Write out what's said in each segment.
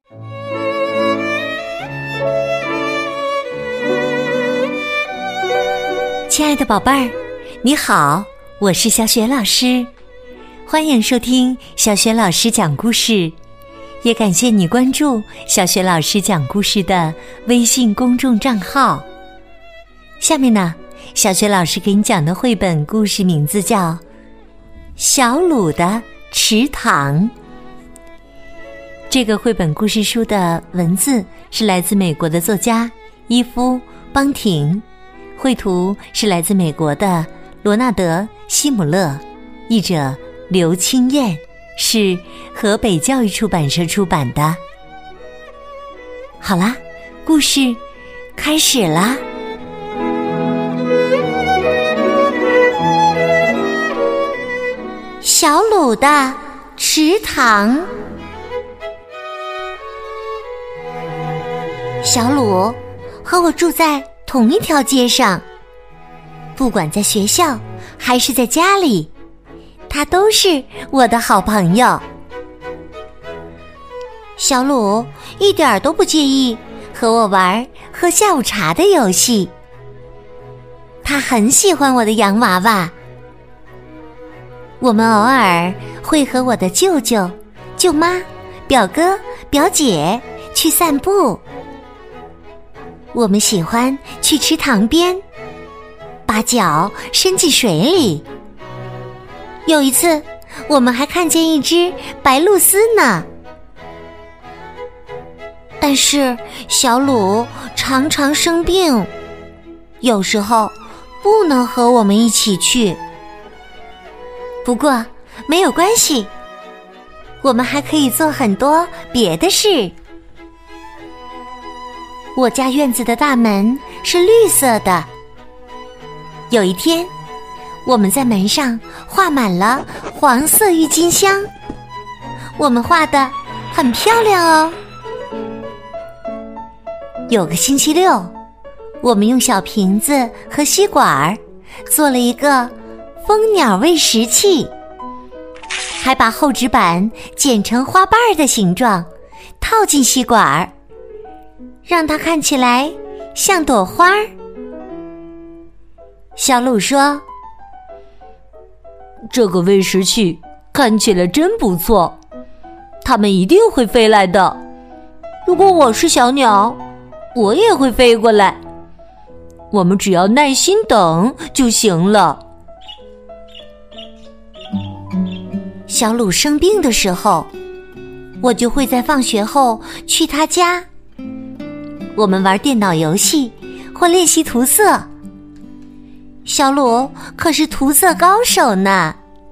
亲爱的宝贝儿，你好，我是小雪老师，欢迎收听小雪老师讲故事，也感谢你关注小雪老师讲故事的微信公众账号。下面呢，小雪老师给你讲的绘本故事名字叫《小鲁的池塘》。这个绘本故事书的文字是来自美国的作家伊夫·邦廷，绘图是来自美国的罗纳德·希姆勒，译者刘清燕，是河北教育出版社出版的。好啦，故事开始啦。小鲁的池塘。小鲁和我住在同一条街上，不管在学校还是在家里，他都是我的好朋友。小鲁一点都不介意和我玩喝下午茶的游戏，他很喜欢我的洋娃娃。我们偶尔会和我的舅舅、舅妈、表哥、表姐去散步。我们喜欢去池塘边，把脚伸进水里。有一次，我们还看见一只白鹭鸶呢。但是小鲁常常生病，有时候不能和我们一起去。不过没有关系，我们还可以做很多别的事。我家院子的大门是绿色的。有一天，我们在门上画满了黄色郁金香，我们画得很漂亮哦。有个星期六，我们用小瓶子和吸管做了一个蜂鸟喂食器，还把厚纸板剪成花瓣的形状，套进吸管，让它看起来像朵花。小鲁说：“ 这个喂食器看起来真不错，它们一定会飞来的。如果我是小鸟，我也会飞过来。我们只要耐心等就行了。” 小鲁生病的时候，我就会在放学后去他家。我们玩电脑游戏或练习涂色。小鲁可是涂色高手呢。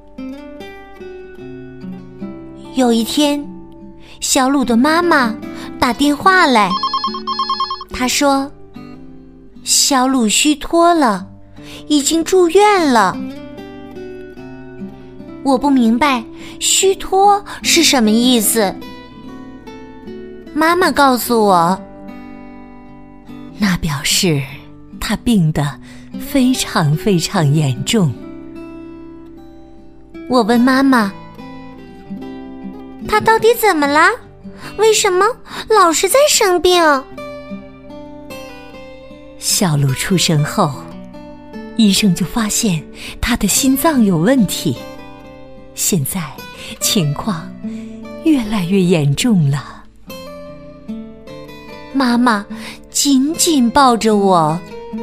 有一天，小鲁的妈妈打电话来，她说小鲁虚脱了，已经住院了。我不明白虚脱是什么意思。妈妈告诉我， 那表示他病得非常非常严重。 我问妈妈，他到底怎么了？为什么老是在生病？ 小鲁出生后，医生就发现他的心脏有问题，现在情况越来越严重了。 妈妈紧紧抱着我。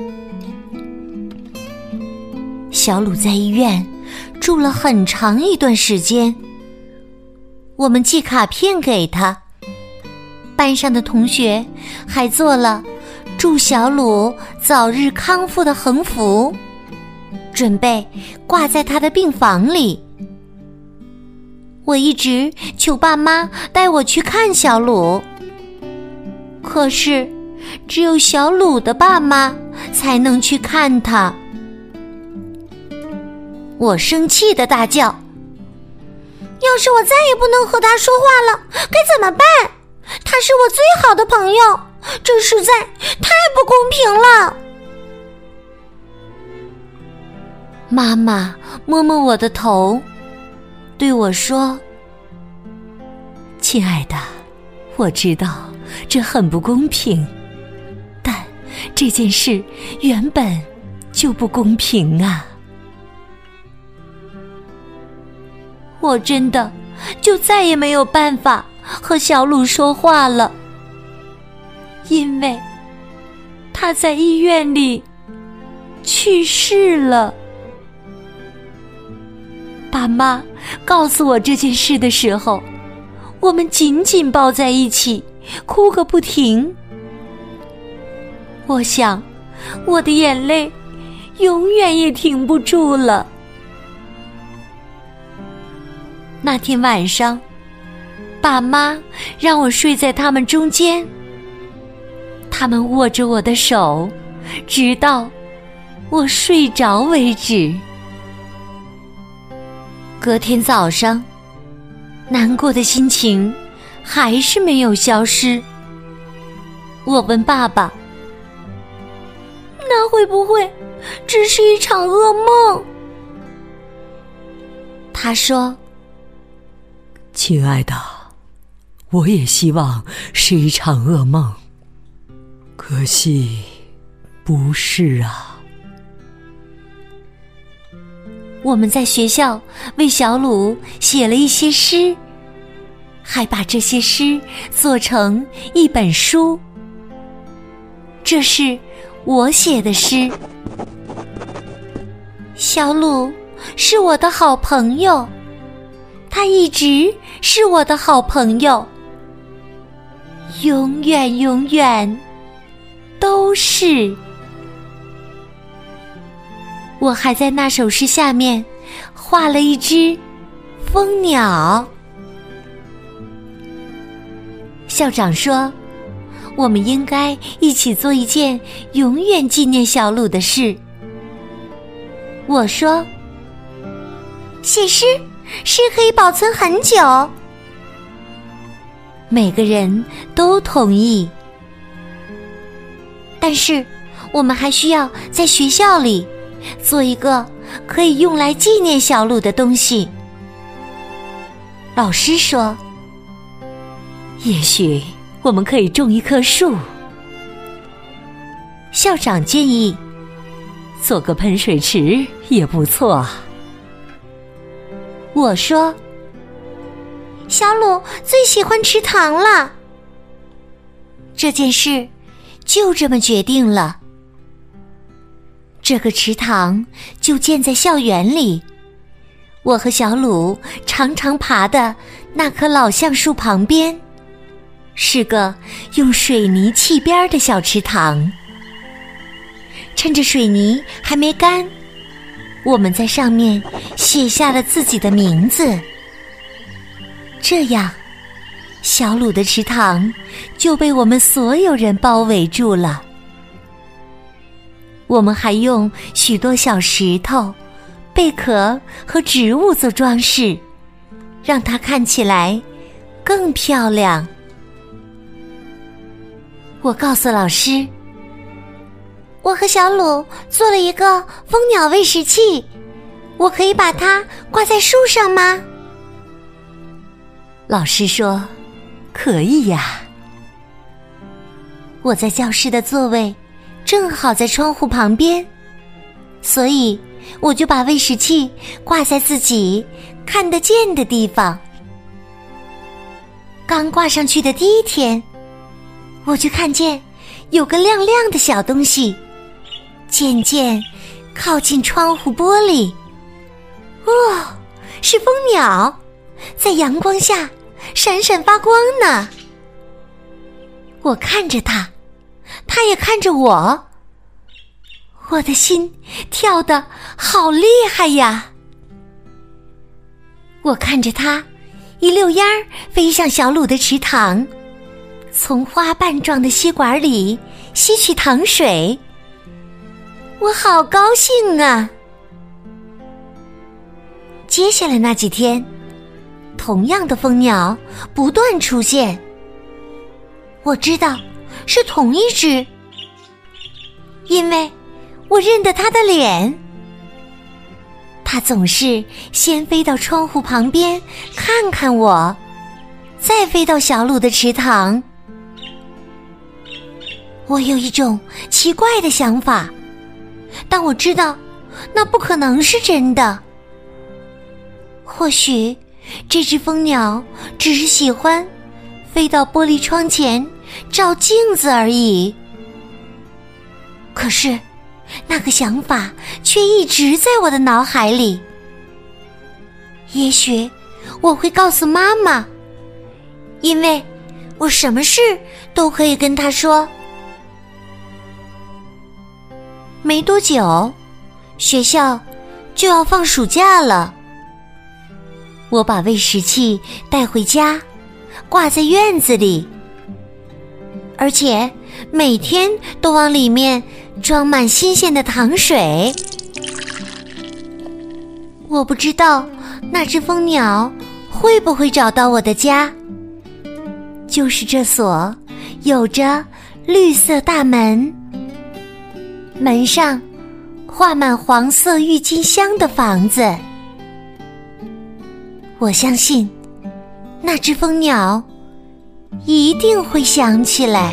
小鲁在医院住了很长一段时间，我们寄卡片给他，班上的同学还做了祝小鲁早日康复的横幅，准备挂在他的病房里。我一直求爸妈带我去看小鲁，可是只有小鲁的爸妈才能去看他。我生气地大叫，要是我再也不能和他说话了，该怎么办？他是我最好的朋友，这实在太不公平了。妈妈摸摸我的头，对我说：“ 亲爱的， 我知道这很不公平，但这件事原本就不公平啊！ 我真的就再也没有办法和小鲁说话了，因为他在医院里去世了。爸妈告诉我这件事的时候，我们紧紧抱在一起，哭个不停。我想，我的眼泪永远也停不住了。那天晚上，爸妈让我睡在他们中间，他们握着我的手，直到我睡着为止。隔天早上，难过的心情还是没有消失。我问爸爸，那会不会只是一场噩梦？他说， 亲爱的，我也希望是一场噩梦，可惜不是啊。 我们在学校为小鲁写了一些诗，还把这些诗做成一本书。这是我写的诗。小鲁是我的好朋友，他一直是我的好朋友，永远永远都是。我还在那首诗下面画了一只蜂鸟。校长说，我们应该一起做一件永远纪念小鲁的事。我说，写诗可以保存很久。每个人都同意。但是我们还需要在学校里做一个可以用来纪念小鲁的东西。老师说， 也许我们可以种一棵树。 校长建议， 做个喷水池也不错。 我说，小鲁最喜欢池塘了。这件事就这么决定了。这个池塘就建在校园里，我和小鲁常常爬的那棵老橡树旁边，是个用水泥砌边的小池塘。趁着水泥还没干，我们在上面写下了自己的名字。这样，小鲁的池塘就被我们所有人包围住了。我们还用许多小石头、贝壳和植物做装饰，让它看起来更漂亮。我告诉老师，我和小鲁做了一个蜂鸟喂食器，我可以把它挂在树上吗？老师说，可以呀。我在教室的座位正好在窗户旁边，所以我就把喂食器挂在自己看得见的地方。刚挂上去的第一天，我就看见有个亮亮的小东西渐渐靠近窗户玻璃。哦，是蜂鸟，在阳光下闪闪发光呢。我看着它，它也看着我，我的心跳得好厉害呀！我看着它一溜烟儿飞向小鲁的池塘，从花瓣状的吸管里吸取糖水，我好高兴啊！接下来那几天，同样的蜂鸟不断出现，我知道是同一只，因为我认得它的脸。它总是先飞到窗户旁边看看我， 再飞到小鲁的池塘。我有一种奇怪的想法，但我知道那不可能是真的。或许这只蜂鸟只是喜欢飞到玻璃窗前照镜子而已。可是那个想法却一直在我的脑海里。也许我会告诉妈妈，因为我什么事都可以跟她说。没多久，学校就要放暑假了。我把喂食器带回家，挂在院子里，而且每天都往里面装满新鲜的糖水。我不知道那只蜂鸟会不会找到我的家，就是这所有着绿色大门，门上画满黄色郁金香的房子。我相信那只蜂鸟一定会想起来。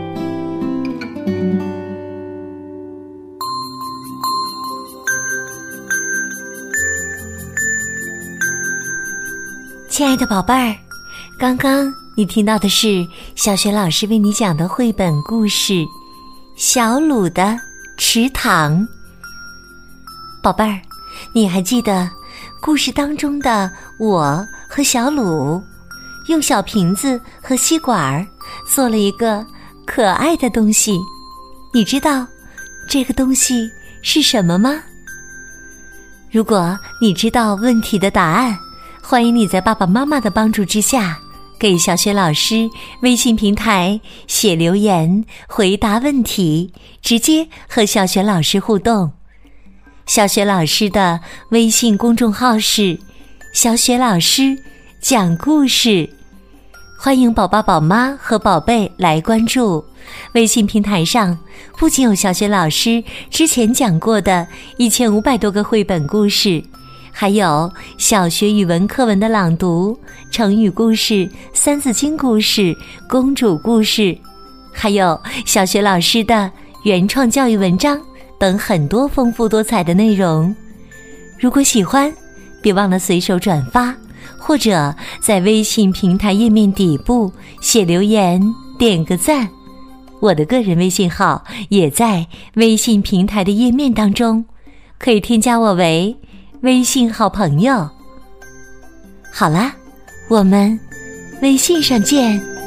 亲爱的宝贝儿，刚刚你听到的是小雪老师为你讲的绘本故事《小鲁的池塘》。宝贝儿，你还记得故事当中的我和小鲁用小瓶子和吸管做了一个可爱的东西，你知道这个东西是什么吗？如果你知道问题的答案，欢迎你在爸爸妈妈的帮助之下给小雪老师微信平台写留言回答问题，直接和小雪老师互动。小雪老师的微信公众号是小雪老师讲故事，欢迎宝宝宝妈和宝贝来关注。微信平台上不仅有小雪老师之前讲过的1500多个绘本故事，还有小学语文课文的朗读、成语故事、三字经故事、公主故事，还有小学老师的原创教育文章等很多丰富多彩的内容。如果喜欢，别忘了随手转发，或者在微信平台页面底部写留言点个赞。我的个人微信号也在微信平台的页面当中，可以添加我为微信好朋友。好啦，我们微信上见。